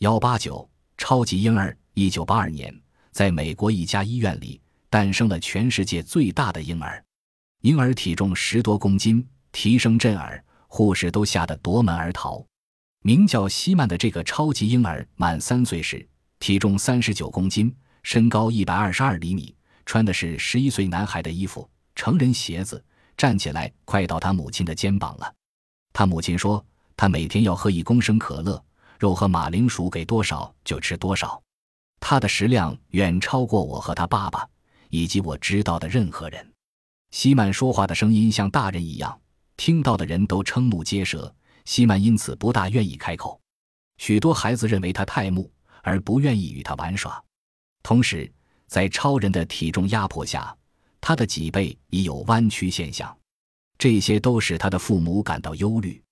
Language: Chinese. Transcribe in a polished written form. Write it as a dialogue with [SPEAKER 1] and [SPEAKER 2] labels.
[SPEAKER 1] 189超级婴儿。1982年，在美国一家医院里诞生了全世界最大的婴儿。婴儿体重10多公斤，啼声震耳，护士都吓得夺门而逃。名叫希曼的这个超级婴儿满3岁时，体重39公斤，身高122厘米，穿的是11岁男孩的衣服，成人鞋子，站起来快到他母亲的肩膀了。他母亲说，他每天要喝1公升可乐，肉和马铃薯给多少就吃多少。他的食量远超过我和他爸爸，以及我知道的任何人。希曼说话的声音像大人一样，听到的人都瞠目结舌，希曼因此不大愿意开口。许多孩子认为他太木，而不愿意与他玩耍。同时，在超人的体重压迫下，他的脊背已有弯曲现象，这些都使他的父母感到忧虑。